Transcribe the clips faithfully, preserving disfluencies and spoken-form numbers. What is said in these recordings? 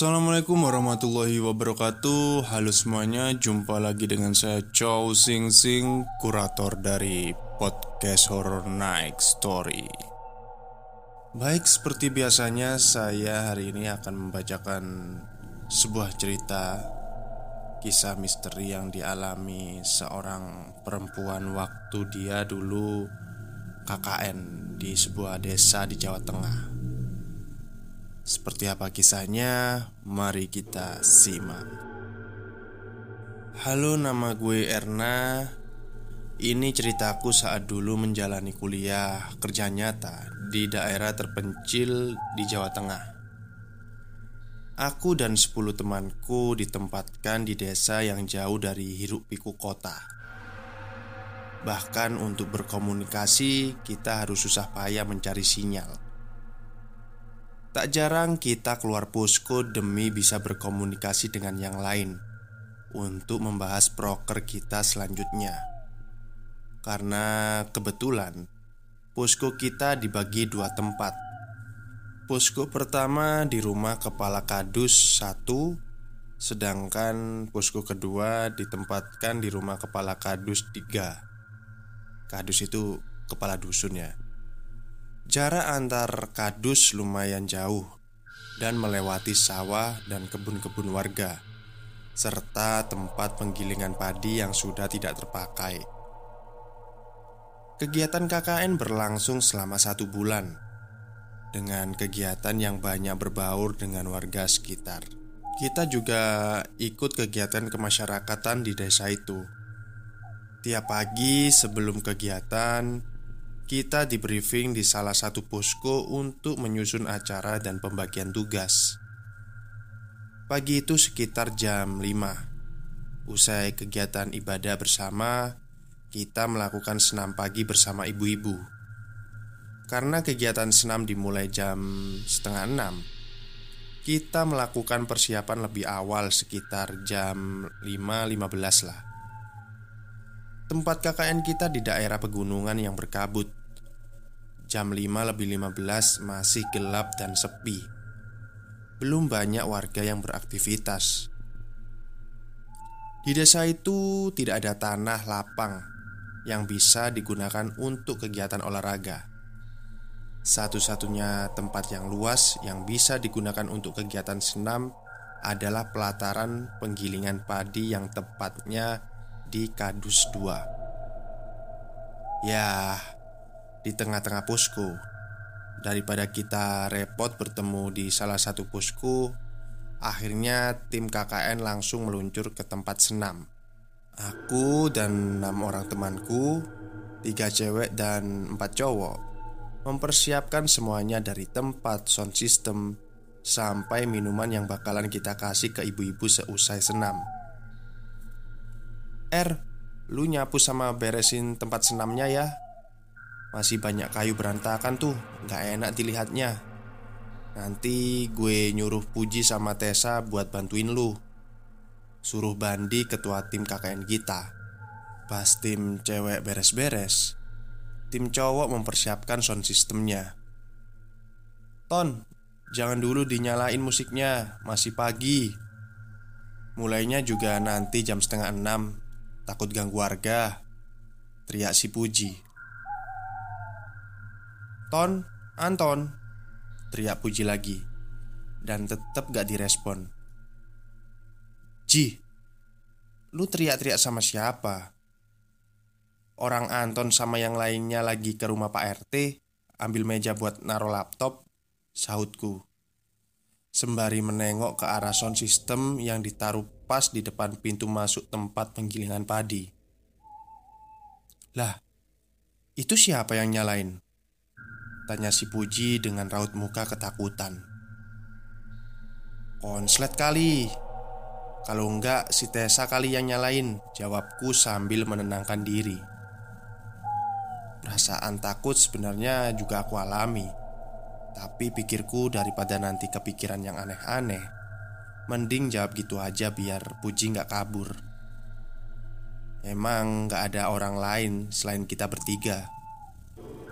Assalamualaikum warahmatullahi wabarakatuh. Halo semuanya, jumpa lagi dengan saya Chow Sing Sing, kurator dari podcast Horror Night Story. Baik, seperti biasanya saya hari ini akan membacakan sebuah cerita kisah misteri yang dialami seorang perempuan waktu dia dulu K K N di sebuah desa di Jawa Tengah. Seperti apa kisahnya? Mari kita simak. Halo, nama gue Erna. Ini ceritaku saat dulu menjalani kuliah kerja nyata di daerah terpencil di Jawa Tengah. Aku dan sepuluh temanku ditempatkan di desa yang jauh dari hiruk-pikuk kota. Bahkan untuk berkomunikasi kita harus susah payah mencari sinyal. Tak jarang kita keluar posko demi bisa berkomunikasi dengan yang lain untuk membahas proker kita selanjutnya. Karena kebetulan posko kita dibagi dua tempat. Posko pertama di rumah Kepala Kadus satu, sedangkan posko kedua ditempatkan di rumah Kepala Kadus tiga. Kadus itu kepala dusun ya. Jarak antar kadus lumayan jauh dan melewati sawah dan kebun-kebun warga, serta tempat penggilingan padi yang sudah tidak terpakai. Kegiatan K K N berlangsung selama satu bulan, dengan kegiatan yang banyak berbaur dengan warga sekitar. Kita juga ikut kegiatan kemasyarakatan di desa itu. Tiap pagi sebelum kegiatan, kita di briefing di salah satu posko untuk menyusun acara dan pembagian tugas. Pagi itu sekitar jam lima. Usai kegiatan ibadah bersama, kita melakukan senam pagi bersama ibu-ibu. Karena kegiatan senam dimulai jam setengah enam, kita melakukan persiapan lebih awal sekitar jam lima lima belas lah. Tempat K K N kita di daerah pegunungan yang berkabut. Jam lima lebih lima belas masih gelap dan sepi. Belum banyak warga yang beraktivitas. Di desa itu tidak ada tanah lapang yang bisa digunakan untuk kegiatan olahraga. Satu-satunya tempat yang luas yang bisa digunakan untuk kegiatan senam adalah pelataran penggilingan padi yang tepatnya di Kadus dua. Ya, di tengah-tengah posko. Daripada kita repot bertemu di salah satu posko, akhirnya tim K K N langsung meluncur ke tempat senam. Aku dan enam orang temanku, tiga cewek dan empat cowok, mempersiapkan semuanya dari tempat sound system sampai minuman yang bakalan kita kasih ke ibu-ibu seusai senam. Er, lu nyapu sama beresin tempat senamnya ya. Masih banyak kayu berantakan tuh, gak enak dilihatnya. Nanti gue nyuruh Puji sama Tessa buat bantuin lu. Suruh Bandi, ketua tim K K N kita. Pas tim cewek beres-beres, tim cowok mempersiapkan sound systemnya. Ton, jangan dulu dinyalain musiknya, masih pagi. Mulainya juga nanti jam setengah enam. Takut ganggu warga, teriak si Puji. Ton, Anton, teriak Puji lagi. Dan tetap gak direspon. Ji, lu teriak-teriak sama siapa? Orang Anton sama yang lainnya lagi ke rumah Pak R T, ambil meja buat naro laptop, sahutku, sembari menengok ke arah sound system yang ditaruh pas di depan pintu masuk tempat penggilingan padi. Lah, itu siapa yang nyalain? Tanya si Puji dengan raut muka ketakutan. Konslet kali. Kalau enggak si Tessa kali yang nyalain, jawabku sambil menenangkan diri. Perasaan takut sebenarnya juga aku alami. Tapi pikirku daripada nanti kepikiran yang aneh-aneh, mending jawab gitu aja biar Puji gak kabur. Emang gak ada orang lain selain kita bertiga.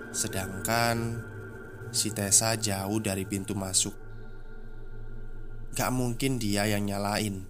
Sedangkan si Tessa jauh dari pintu masuk. Gak mungkin dia yang nyalain.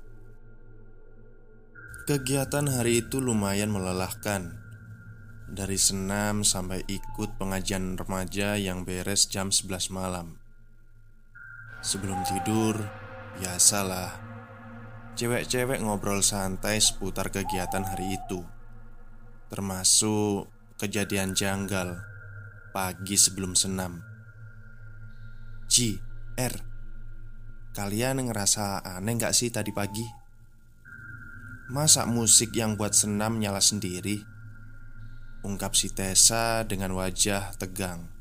Kegiatan hari itu lumayan melelahkan. Dari senam sampai ikut pengajian remaja yang beres jam sebelas malam. Sebelum tidur, biasalah, cewek-cewek ngobrol santai seputar kegiatan hari itu. Termasuk kejadian janggal pagi sebelum senam. Ji, R, kalian ngerasa aneh gak sih tadi pagi? Masa musik yang buat senam nyala sendiri? Ungkap si Tessa dengan wajah tegang.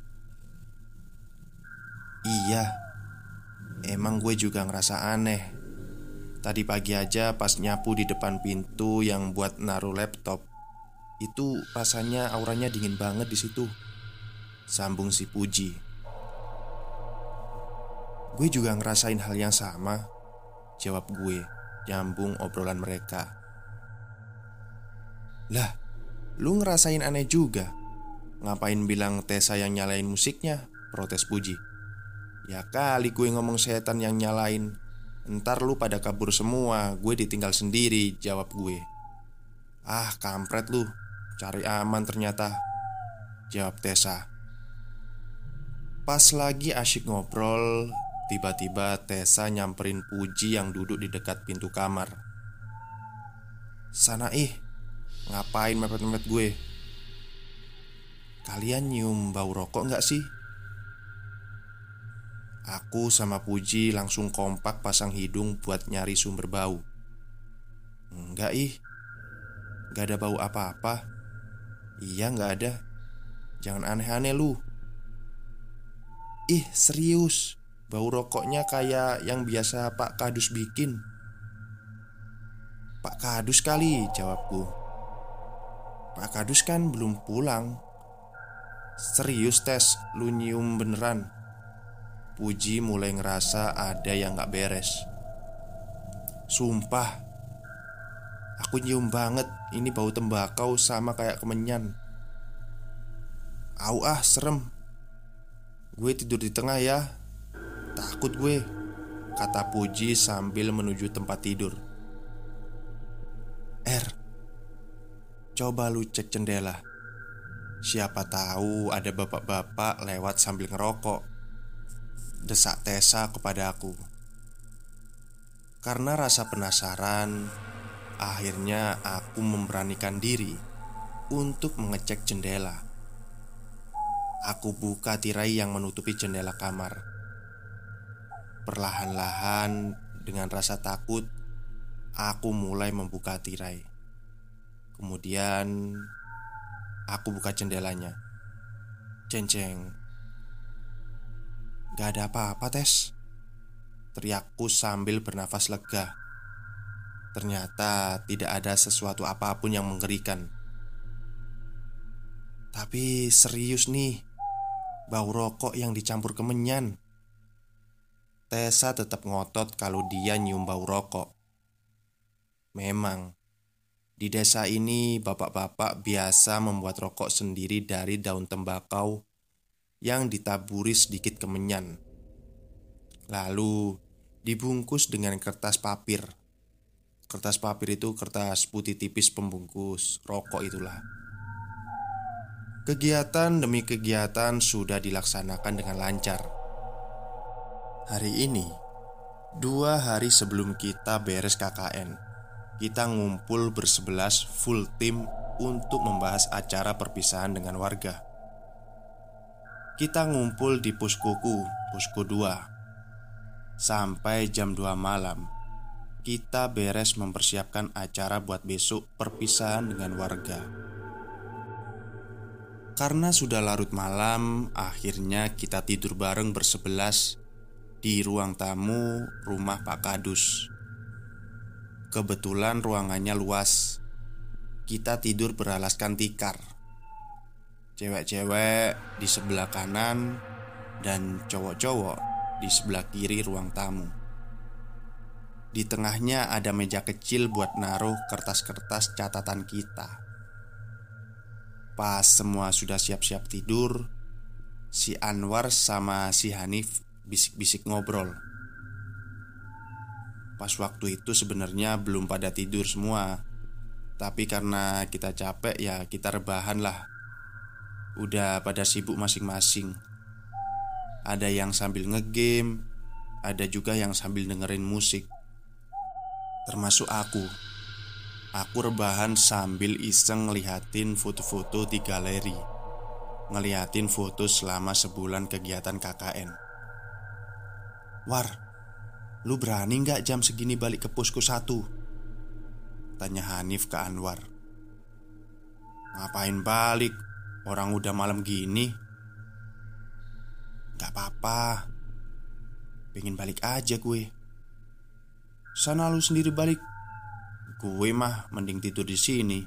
Iya, emang gue juga ngerasa aneh. Tadi pagi aja pas nyapu di depan pintu yang buat naruh laptop, itu rasanya auranya dingin banget di situ. Sambung si Puji. Gue juga ngerasain hal yang sama, jawab gue, nyambung obrolan mereka. Lah, lu ngerasain aneh juga? Ngapain bilang Tessa yang nyalain musiknya? Protes Puji. Ya kali gue ngomong setan yang nyalain. Entar lu pada kabur semua, gue ditinggal sendiri, jawab gue. Ah, kampret lu, cari aman ternyata, jawab Tessa. Pas lagi asyik ngobrol, tiba-tiba Tessa nyamperin Puji yang duduk di dekat pintu kamar. Sana ih, ngapain mepet-mepet gue? Kalian nyium bau rokok gak sih? Aku sama Puji langsung kompak pasang hidung buat nyari sumber bau. Enggak ih, gak ada bau apa-apa. Iya gak ada. Jangan aneh-aneh lu. Ih serius, bau rokoknya kayak yang biasa Pak Kadus bikin. Pak Kadus kali, jawabku. Pak Kadus kan belum pulang. Serius Tes, lu nyium beneran? Puji mulai ngerasa ada yang gak beres. Sumpah, aku nyium banget. Ini bau tembakau sama kayak kemenyan. Au ah, serem. Gue tidur di tengah ya. Takut gue, kata Puji sambil menuju tempat tidur. Er, coba lu cek jendela. Siapa tahu ada bapak-bapak lewat sambil ngerokok, desak Tessa kepada aku. Karena rasa penasaran, akhirnya aku memberanikan diri untuk mengecek jendela. Aku buka tirai yang menutupi jendela kamar. Perlahan-lahan, dengan rasa takut, aku mulai membuka tirai. Kemudian aku buka jendelanya. Ceng-ceng. Gak ada apa-apa Tes, teriakku sambil bernafas lega. Ternyata tidak ada sesuatu apapun yang mengerikan. Tapi serius nih, bau rokok yang dicampur kemenyan. Tessa tetap ngotot kalau dia nyium bau rokok. Memang, di desa ini bapak-bapak biasa membuat rokok sendiri dari daun tembakau yang ditaburi sedikit kemenyan, lalu dibungkus dengan kertas papir. Kertas papir itu kertas putih tipis pembungkus rokok itulah. Kegiatan demi kegiatan sudah dilaksanakan dengan lancar. Hari ini, dua hari sebelum kita beres K K N, kita ngumpul bersebelas full tim untuk membahas acara perpisahan dengan warga. Kita ngumpul di poskoku, posko dua. Sampai jam dua malam, kita beres mempersiapkan acara buat besok perpisahan dengan warga. Karena sudah larut malam, akhirnya kita tidur bareng bersebelas di ruang tamu rumah Pak Kadus. Kebetulan ruangannya luas. Kita tidur beralaskan tikar. Cewek-cewek di sebelah kanan dan cowok-cowok di sebelah kiri ruang tamu. Di tengahnya ada meja kecil buat naruh kertas-kertas catatan kita. Pas semua sudah siap-siap tidur, si Anwar sama si Hanif bisik-bisik ngobrol. Pas waktu itu sebenarnya belum pada tidur semua, tapi karena kita capek ya kita rebahan lah. Udah pada sibuk masing-masing. Ada yang sambil ngegame, ada juga yang sambil dengerin musik. Termasuk aku. Aku rebahan sambil iseng ngeliatin foto-foto di galeri, ngeliatin foto selama sebulan kegiatan K K N. "War, lu berani gak jam segini balik ke posko satu?" tanya Hanif ke Anwar. "Ngapain balik? Orang udah malam gini." "Gak apa-apa, pengen balik aja gue." "Sana lu sendiri balik. Gue mah mending tidur di sini."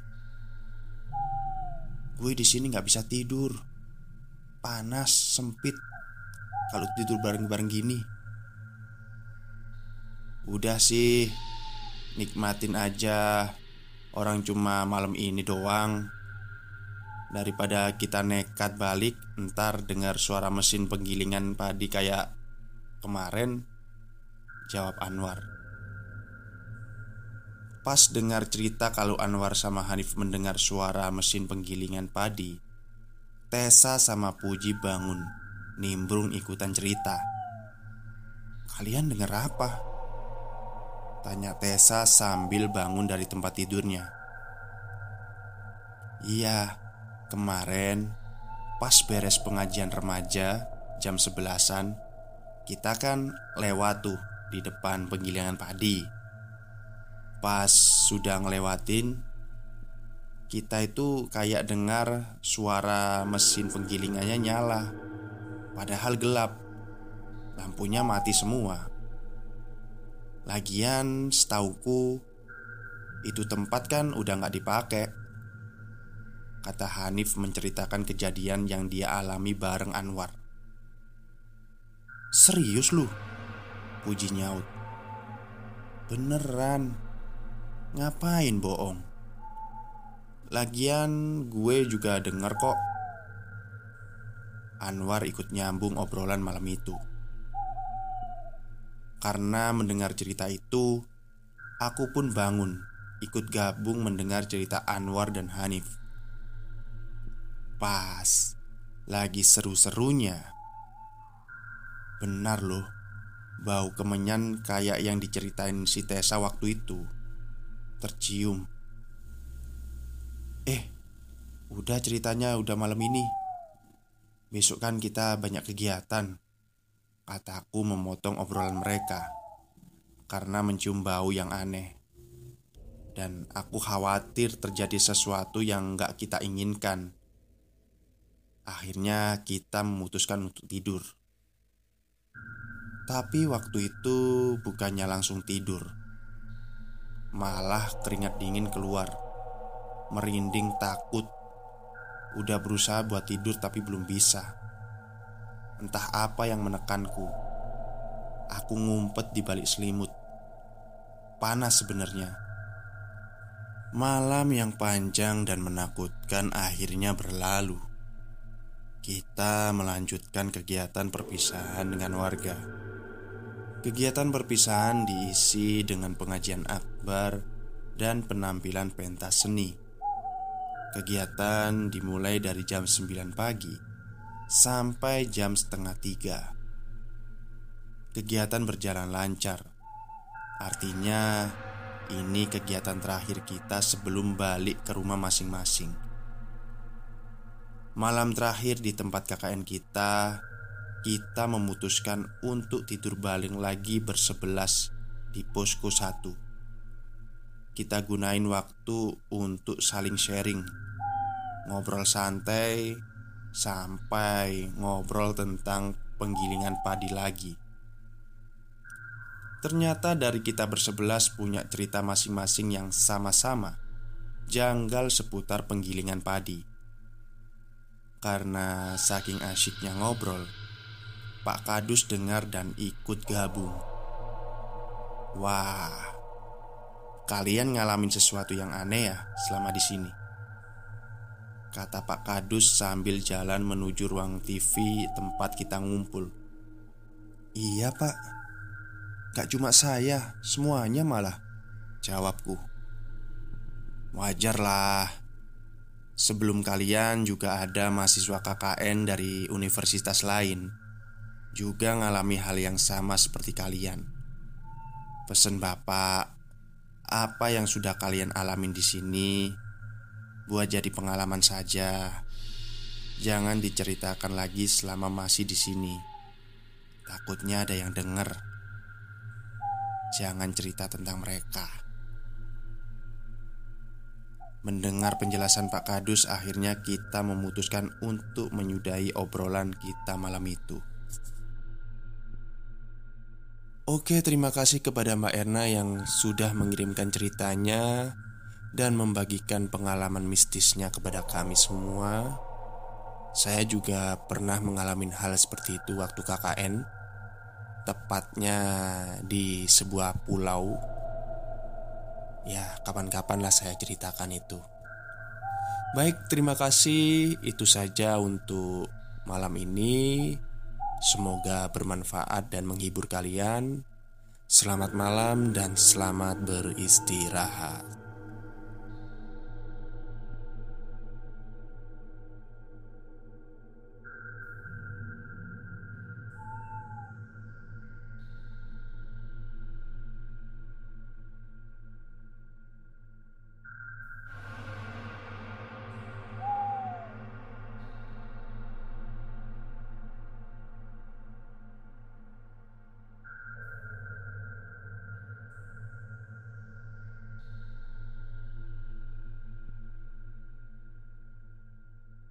"Gue di sini nggak bisa tidur. Panas, sempit kalau tidur bareng-bareng gini." "Udah sih, nikmatin aja. Orang cuma malam ini doang. Daripada kita nekat balik, ntar dengar suara mesin penggilingan padi kayak kemarin," jawab Anwar. Pas dengar cerita kalau Anwar sama Hanif mendengar suara mesin penggilingan padi, Tessa sama Puji bangun, nimbrung ikutan cerita. "Kalian dengar apa?" tanya Tessa sambil bangun dari tempat tidurnya. "Iya, kemarin pas beres pengajian remaja jam sebelasan, kita kan lewat tuh di depan penggilingan padi. Pas sudah ngelewatin, kita itu kayak dengar suara mesin penggilingannya nyala. Padahal gelap, lampunya mati semua. Lagian setauku itu tempat kan udah gak dipakai," kata Hanif menceritakan kejadian yang dia alami bareng Anwar. "Serius lu?" Puji nyaut. "Beneran. Ngapain bohong? Lagian gue juga denger kok." Anwar ikut nyambung obrolan malam itu. Karena mendengar cerita itu, aku pun bangun, ikut gabung mendengar cerita Anwar dan Hanif. Pas lagi seru-serunya, benar loh, bau kemenyan kayak yang diceritain si Tessa waktu itu tercium. "Eh, udah ceritanya udah malam ini. Besok kan kita banyak kegiatan," kataku memotong obrolan mereka karena mencium bau yang aneh. Dan aku khawatir terjadi sesuatu yang gak kita inginkan. Akhirnya kita memutuskan untuk tidur. Tapi waktu itu bukannya langsung tidur, malah keringat dingin keluar, merinding takut. Udah berusaha buat tidur tapi belum bisa. Entah apa yang menekanku. Aku ngumpet di balik selimut. Panas sebenarnya. Malam yang panjang dan menakutkan akhirnya berlalu. Kita melanjutkan kegiatan perpisahan dengan warga. Kegiatan perpisahan diisi dengan pengajian akbar dan penampilan pentas seni. Kegiatan dimulai dari jam sembilan pagi sampai jam setengah tiga. Kegiatan berjalan lancar. Artinya ini kegiatan terakhir kita sebelum balik ke rumah masing-masing. Malam terakhir di tempat K K N kita, kita memutuskan untuk tidur baling lagi bersebelas di posko satu. Kita gunain waktu untuk saling sharing, ngobrol santai, sampai ngobrol tentang penggilingan padi lagi. Ternyata dari kita bersebelas punya cerita masing-masing yang sama-sama janggal seputar penggilingan padi. Karena saking asyiknya ngobrol, Pak Kadus dengar dan ikut gabung. "Wah, kalian ngalamin sesuatu yang aneh ya selama di sini," kata Pak Kadus sambil jalan menuju ruang T V tempat kita ngumpul. "Iya Pak, Gak cuma saya, semuanya malah, jawabku. Wajarlah. Sebelum kalian juga ada mahasiswa K K N dari universitas lain, juga ngalami hal yang sama seperti kalian. Pesan Bapak, apa yang sudah kalian alamin di sini buat jadi pengalaman saja. Jangan diceritakan lagi selama masih di sini. Takutnya ada yang dengar. Jangan cerita tentang mereka. Mendengar penjelasan Pak Kadus, akhirnya kita memutuskan untuk menyudahi obrolan kita malam itu. Oke, terima kasih kepada Mbak Erna yang sudah mengirimkan ceritanya dan membagikan pengalaman mistisnya kepada kami semua. Saya juga pernah mengalami hal seperti itu waktu K K N, tepatnya di sebuah pulau. Ya, kapan-kapan lah saya ceritakan itu. Baik, terima kasih. Itu saja untuk malam ini. Semoga bermanfaat dan menghibur kalian. Selamat malam dan selamat beristirahat.